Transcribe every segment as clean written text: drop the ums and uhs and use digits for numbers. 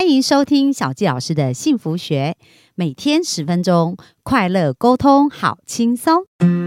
欢迎收听小纪老师的幸福学，每天10分钟，快乐沟通好轻松。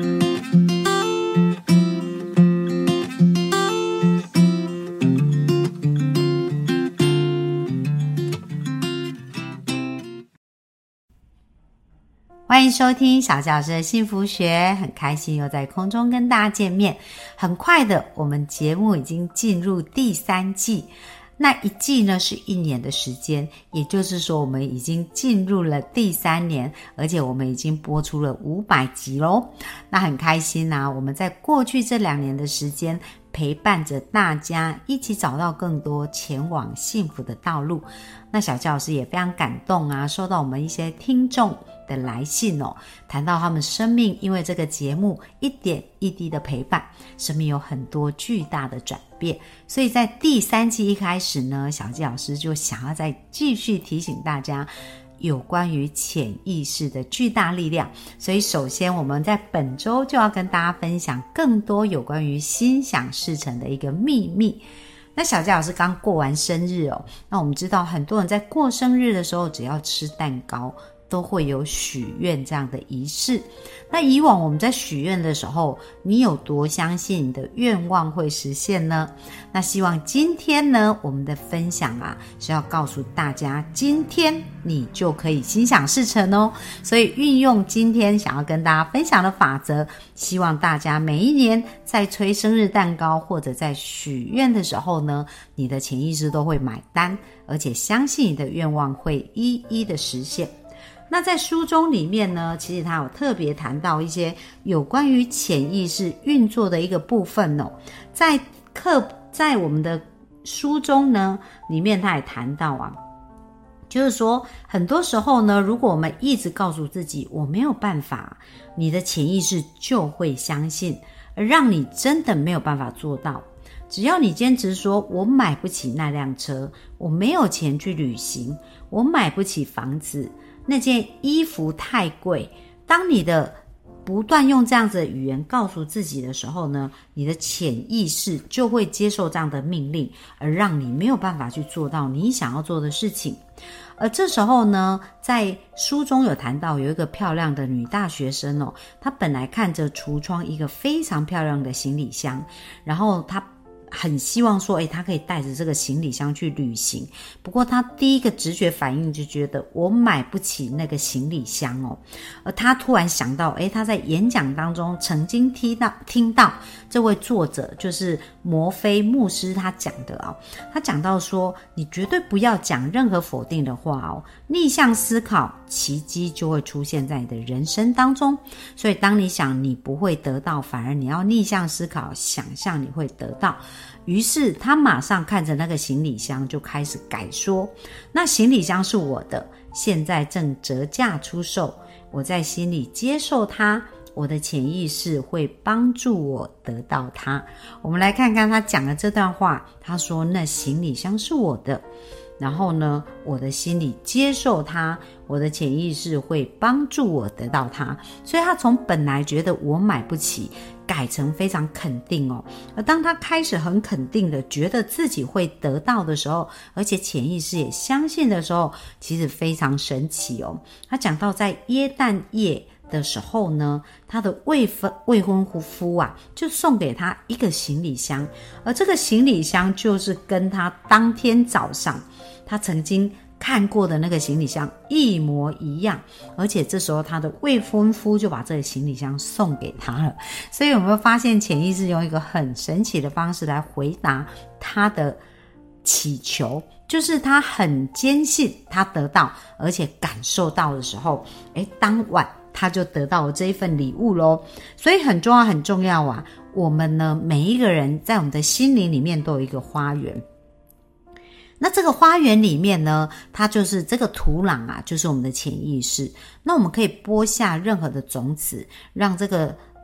欢迎收听小纪老师的幸福学，很开心又在空中跟大家见面。很快的，我们节目已经进入第3季。那一季呢是1年的时间，也就是说我们已经进入了第3年，而且我们已经播出了500集咯。那很开心啊，我们在过去这2年的时间陪伴着大家一起找到更多前往幸福的道路。那小纪老师也非常感动啊，收到我们一些听众的来信哦，谈到他们生命因为这个节目一点一滴的陪伴，生命有很多巨大的转变。所以在第3季一开始呢，小纪老师就想要再继续提醒大家有关于潜意识的巨大力量。所以首先我们在本周就要跟大家分享更多有关于心想事成的一个秘密。那小纪老师刚过完生日哦，那我们知道很多人在过生日的时候只要吃蛋糕都会有许愿这样的仪式。那以往我们在许愿的时候，你有多相信你的愿望会实现呢？那希望今天呢，我们的分享啊，是要告诉大家，今天你就可以心想事成哦。所以运用今天想要跟大家分享的法则，希望大家每一年在吹生日蛋糕或者在许愿的时候呢，你的潜意识都会买单，而且相信你的愿望会一一的实现。那在书中里面呢，其实他有特别谈到一些有关于潜意识运作的一个部分哦。在我们的书中呢，里面他也谈到啊，就是说很多时候呢，如果我们一直告诉自己我没有办法，你的潜意识就会相信，而让你真的没有办法做到。只要你坚持说我买不起那辆车，我没有钱去旅行，我买不起房子，那件衣服太贵，当你的不断用这样子的语言告诉自己的时候呢，你的潜意识就会接受这样的命令，而让你没有办法去做到你想要做的事情。而这时候呢，在书中有谈到有一个漂亮的女大学生哦，她本来看着橱窗一个非常漂亮的行李箱，然后她很希望说他可以带着这个行李箱去旅行，不过他第一个直觉反应就觉得我买不起那个行李箱哦。而他突然想到他在演讲当中曾经听到这位作者就是摩菲牧师他讲的哦，他讲到说你绝对不要讲任何否定的话哦，逆向思考，奇迹就会出现在你的人生当中。所以当你想你不会得到，反而你要逆向思考，想象你会得到。于是他马上看着那个行李箱就开始改说，那行李箱是我的，现在正折价出售，我在心里接受它，我的潜意识会帮助我得到它。我们来看看他讲的这段话，他说那行李箱是我的，然后呢，我的心里接受它，我的潜意识会帮助我得到它。所以他从本来觉得我买不起，改成非常肯定哦。而当他开始很肯定的觉得自己会得到的时候，而且潜意识也相信的时候，其实非常神奇哦。他讲到在耶诞夜的时候呢，他的未婚夫啊，就送给他一个行李箱，而这个行李箱就是跟他当天早上他曾经看过的那个行李箱一模一样，而且这时候他的未婚夫就把这个行李箱送给他了。所以有没有发现潜意识用一个很神奇的方式来回答他的祈求，就是他很坚信他得到而且感受到的时候，当晚他就得到了这一份礼物咯。所以很重要很重要啊，我们呢每一个人在我们的心灵里面都有一个花园，那这个花园里面呢，它就是这个土壤啊，就是我们的潜意识。那我们可以播下任何的种子，让这个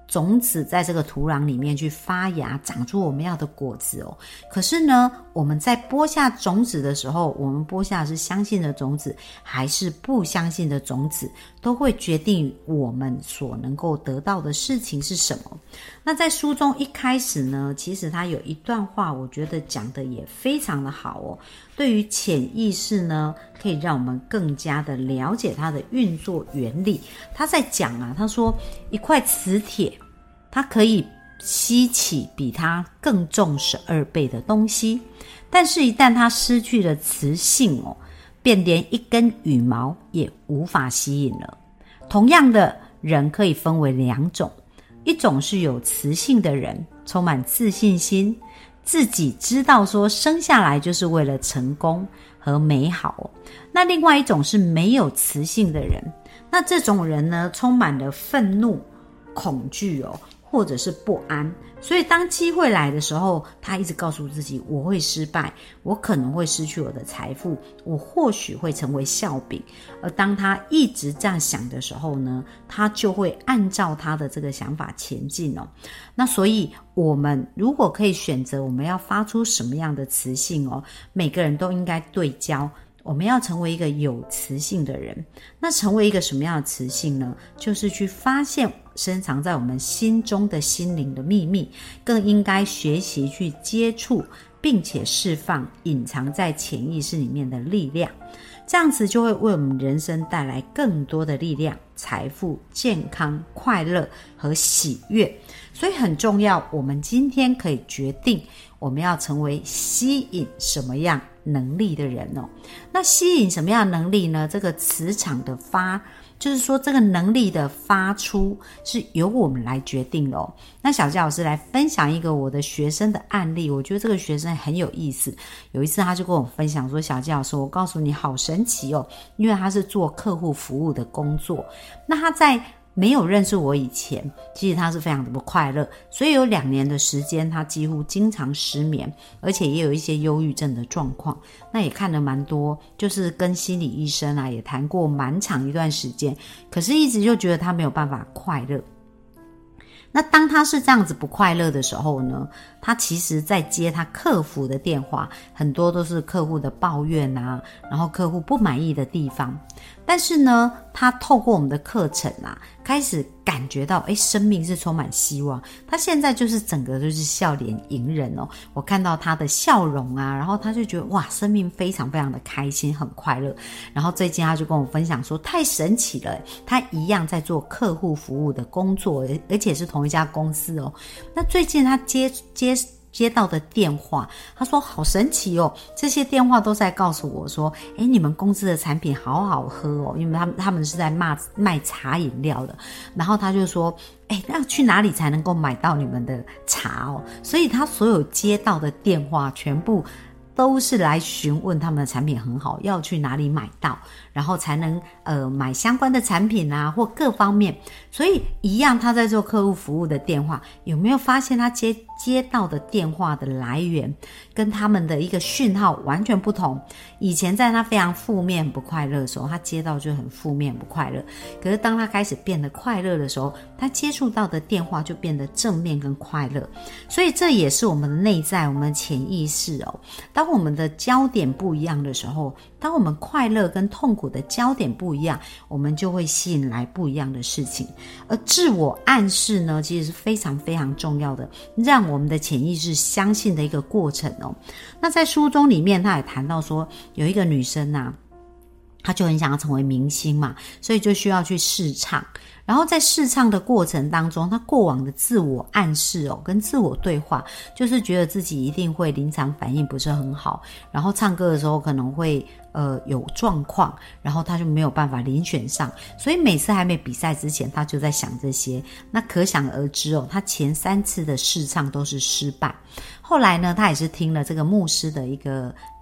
种子在这个土壤里面去发芽，长出我们要的果子哦。可是呢，我们在播下种子的时候，我们播下的是相信的种子还是不相信的种子，都会决定我们所能够得到的事情是什么。那在书中一开始呢，其实他有一段话，我觉得讲的也非常的好哦。对于潜意识呢，可以让我们更加的了解它的运作原理。他在讲啊，他说一块磁铁，它可以吸起比它更重12倍的东西，但是一旦它失去了磁性哦，便连一根羽毛也无法吸引了。同样的，人可以分为2种，一种是有磁性的人，充满自信心，自己知道说生下来就是为了成功和美好哦。那另外一种是没有磁性的人，那这种人呢，充满了愤怒、恐惧哦，或者是不安，所以当机会来的时候，他一直告诉自己，我会失败，我可能会失去我的财富，我或许会成为笑柄。而当他一直这样想的时候呢，他就会按照他的这个想法前进哦。那所以我们如果可以选择我们要发出什么样的磁性哦，每个人都应该对焦，我们要成为一个有磁性的人。那成为一个什么样的磁性呢？就是去发现深藏在我们心中的心灵的秘密，更应该学习去接触并且释放隐藏在潜意识里面的力量，这样子就会为我们人生带来更多的力量、财富、健康、快乐和喜悦。所以很重要，我们今天可以决定我们要成为吸引什么样能力的人哦。那吸引什么样的能力呢？这个磁场的就是说这个能力的发出是由我们来决定的哦。那小佳老师来分享一个我的学生的案例，我觉得这个学生很有意思。有一次他就跟我分享说，小佳老师，我告诉你好神奇哦，因为他是做客户服务的工作，那他在没有认识我以前，其实他是非常的不快乐，所以有2年的时间他几乎经常失眠，而且也有一些忧郁症的状况。那也看了蛮多，就是跟心理医生啊也谈过蛮长一段时间，可是一直就觉得他没有办法快乐。那当他是这样子不快乐的时候呢，他其实在接他客服的电话，很多都是客户的抱怨啊，然后客户不满意的地方。但是呢，他透过我们的课程啊，开始感觉到生命是充满希望。他现在就是整个就是笑脸迎人哦，我看到他的笑容啊，然后他就觉得哇，生命非常非常的开心，很快乐。然后最近他就跟我分享说，太神奇了，他一样在做客户服务的工作，而且是同一家公司哦。那最近他接到的电话，他说好神奇哦，这些电话都在告诉我说，你们公司的产品好好喝哦，因为他们是在卖茶饮料的。然后他就说，那去哪里才能够买到你们的茶哦？所以他所有接到的电话全部都是来询问他们的产品很好，要去哪里买到，然后才能买相关的产品啊，或各方面。所以一样，他在做客户服务的电话，有没有发现他接到的电话的来源跟他们的一个讯号完全不同？以前在他非常负面不快乐的时候，他接到就很负面不快乐，可是当他开始变得快乐的时候，他接触到的电话就变得正面跟快乐。所以这也是我们的内在，我们的潜意识哦。当我们的焦点不一样的时候，当我们快乐跟痛苦的焦点不一样，我们就会吸引来不一样的事情。而自我暗示呢，其实是非常非常重要的，让我们的潜意识相信的一个过程哦。那在书中里面他也谈到说，有一个女生啊，她就很想要成为明星嘛，所以就需要去试唱。然后在试唱的过程当中，她过往的自我暗示哦，跟自我对话，就是觉得自己一定会临场反应不是很好，然后唱歌的时候可能会有状况，然后她就没有办法遴选上，所以每次还没比赛之前，她就在想这些。那可想而知哦，她前3次的试唱都是失败。后来呢，她也是听了这个牧师的一个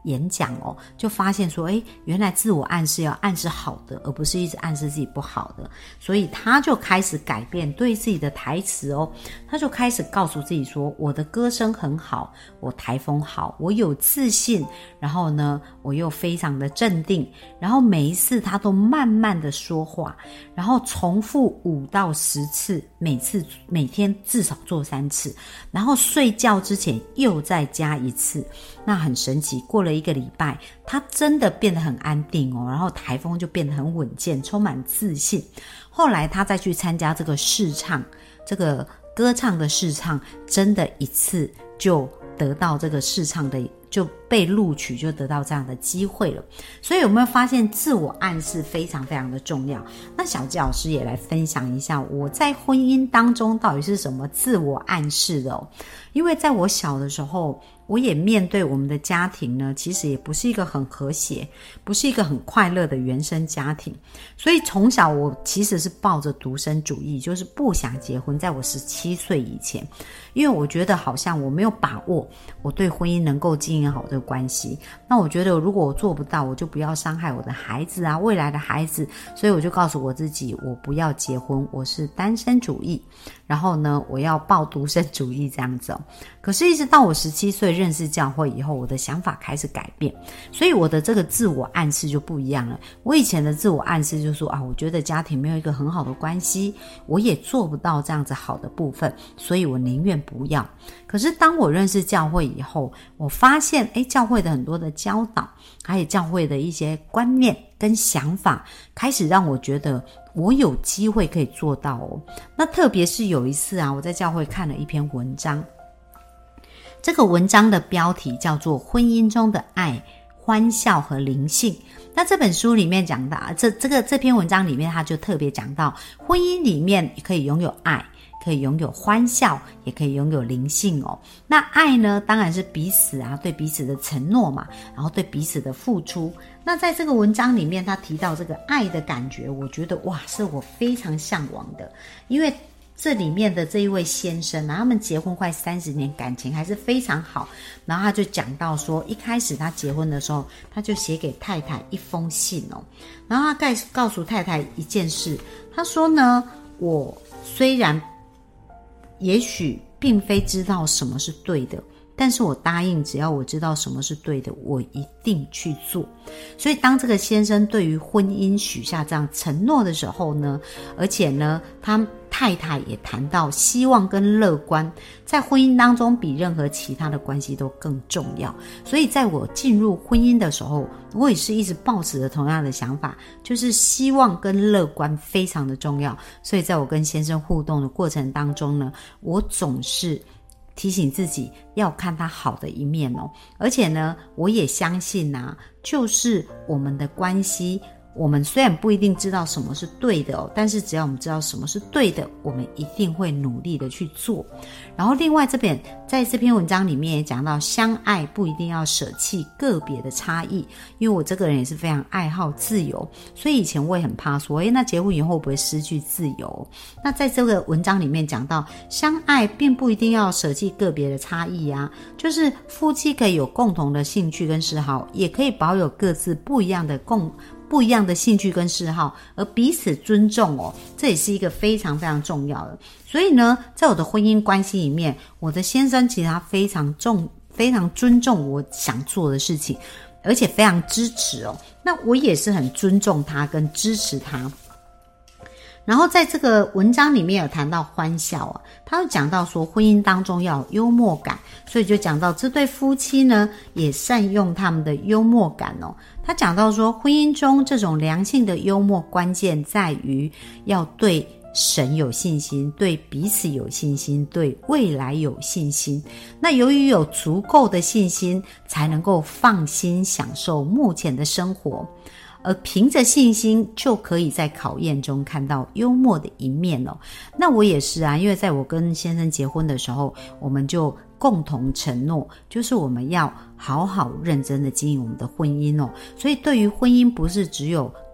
演讲哦，就发现说，原来自我暗示要暗示好的，而不是一直暗示自己不好的。所以他就开始改变对自己的台词哦，他就开始告诉自己说，我的歌声很好，我台风好，我有自信，然后呢，我又非常的镇定，然后每一次他都慢慢的说话，然后重复5到10次，每天至少做3次，然后睡觉之前又再加1次。那很神奇，过了1个礼拜，他真的变得很安定哦，然后台风就变得很稳健，充满自信。后来他再去参加这个试唱，这个歌唱的试唱，真的一次就得到这个试唱的，就被录取，就得到这样的机会了。所以有没有发现自我暗示非常非常的重要？那小纪老师也来分享一下我在婚姻当中到底是什么自我暗示的哦。因为在我小的时候，我也面对我们的家庭呢，其实也不是一个很和谐，不是一个很快乐的原生家庭。所以从小我其实是抱着独身主义，就是不想结婚，在我17岁以前。因为我觉得好像我没有把握我对婚姻能够经营好这个关系，那我觉得如果我做不到，我就不要伤害我的孩子啊，未来的孩子。所以我就告诉我自己，我不要结婚，我是单身主义，然后呢，我要抱独身主义这样子哦。可是一直到我17岁认识教会以后，我的想法开始改变，所以我的这个自我暗示就不一样了。我以前的自我暗示就说我觉得家庭没有一个很好的关系，我也做不到这样子好的部分，所以我宁愿不要。可是当我认识教会以后，我发现教会的很多的教导，还有教会的一些观念跟想法，开始让我觉得我有机会可以做到哦。那特别是有一次我在教会看了一篇文章，这个文章的标题叫做《婚姻中的爱、欢笑和灵性》。那这本书里面讲到这篇文章里面，他就特别讲到婚姻里面可以拥有爱，可以拥有欢笑，也可以拥有灵性哦。那爱呢，当然是彼此对彼此的承诺嘛，然后对彼此的付出。那在这个文章里面，他提到这个爱的感觉，我觉得是我非常向往的。因为这里面的这一位先生他们结婚快30年，感情还是非常好。然后他就讲到说，一开始他结婚的时候，他就写给太太一封信哦。然后他告诉太太一件事，他说呢，我虽然也许并非知道什么是对的，但是我答应，只要我知道什么是对的，我一定去做。所以当这个先生对于婚姻许下这样承诺的时候呢，而且呢，他太太也谈到希望跟乐观在婚姻当中比任何其他的关系都更重要。所以在我进入婚姻的时候，我也是一直抱持着同样的想法，就是希望跟乐观非常的重要。所以在我跟先生互动的过程当中呢，我总是提醒自己要看他好的一面哦。而且呢，我也相信就是我们的关系，我们虽然不一定知道什么是对的但是只要我们知道什么是对的，我们一定会努力的去做。然后另外在这篇文章里面也讲到，相爱不一定要舍弃个别的差异。因为我这个人也是非常爱好自由，所以以前我也很怕说那结婚以后会不会失去自由。那在这个文章里面讲到，相爱并不一定要舍弃个别的差异就是夫妻可以有共同的兴趣跟嗜好，也可以保有各自不一样的兴趣跟嗜好，而彼此尊重这也是一个非常非常重要的。所以呢，在我的婚姻关系里面，我的先生其实他非常尊重我想做的事情，而且非常支持那我也是很尊重他跟支持他。然后在这个文章里面有谈到欢笑他有讲到说婚姻当中要有幽默感，所以就讲到这对夫妻呢也善用他们的幽默感他讲到说，婚姻中这种良性的幽默关键在于要对神有信心，对彼此有信心，对未来有信心。那由于有足够的信心，才能够放心享受目前的生活，而凭着信心就可以在考验中看到幽默的一面那我也是因为在我跟先生结婚的时候，我们就共同承诺，就是我们要好好认真的经营我们的婚姻所以对于婚姻不是只有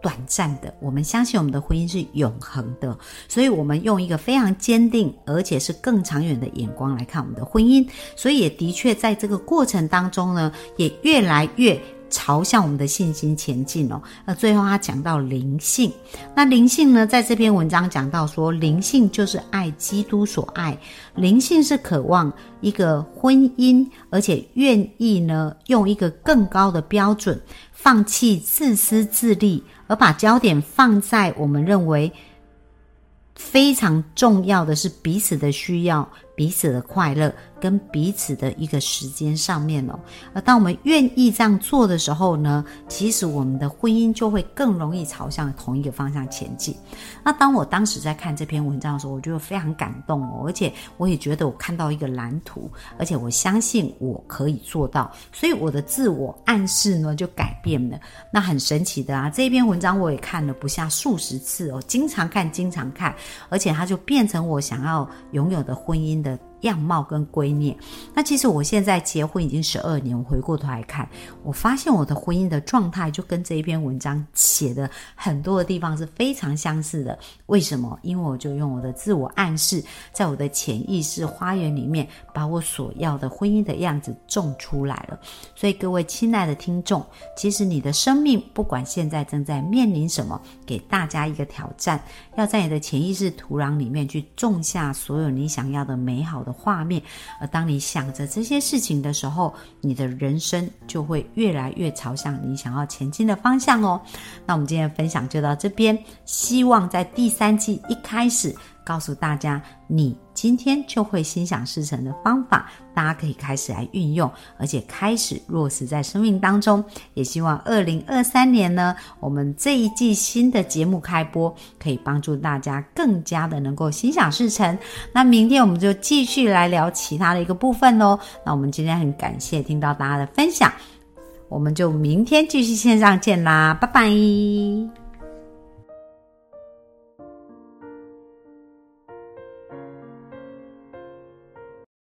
短暂的，我们相信我们的婚姻是永恒的，所以我们用一个非常坚定而且是更长远的眼光来看我们的婚姻，所以也的确在这个过程当中呢，也越来越朝向我们的信心前进哦。最后他讲到灵性，那灵性呢，在这篇文章讲到说，灵性就是爱基督所爱，灵性是渴望一个婚姻，而且愿意呢用一个更高的标准，放弃自私自利，而把焦点放在我们认为非常重要的是彼此的需要、彼此的快乐跟彼此的一个时间上面哦。而当我们愿意这样做的时候呢，其实我们的婚姻就会更容易朝向同一个方向前进。那当我当时在看这篇文章的时候，我就非常感动哦，而且我也觉得我看到一个蓝图，而且我相信我可以做到，所以我的自我暗示呢就改变了。那很神奇的啊，这篇文章我也看了不下数十次哦，经常看，而且它就变成我想要拥有的婚姻的样貌跟观念。那其实我现在结婚已经12年，我回过头来看，我发现我的婚姻的状态就跟这一篇文章写的很多的地方是非常相似的。为什么？因为我就用我的自我暗示，在我的潜意识花园里面，把我所要的婚姻的样子种出来了。所以各位亲爱的听众，其实你的生命不管现在正在面临什么，给大家一个挑战，要在你的潜意识土壤里面去种下所有你想要的美好的画面，而当你想着这些事情的时候，你的人生就会越来越朝向你想要前进的方向哦。那我们今天的分享就到这边，希望在第3季一开始告诉大家，你今天就会心想事成的方法，大家可以开始来运用，而且开始落实在生命当中。也希望2023年呢，我们这一季新的节目开播，可以帮助大家更加的能够心想事成。那明天我们就继续来聊其他的一个部分咯。那我们今天很感谢听到大家的分享，我们就明天继续线上见啦，拜拜。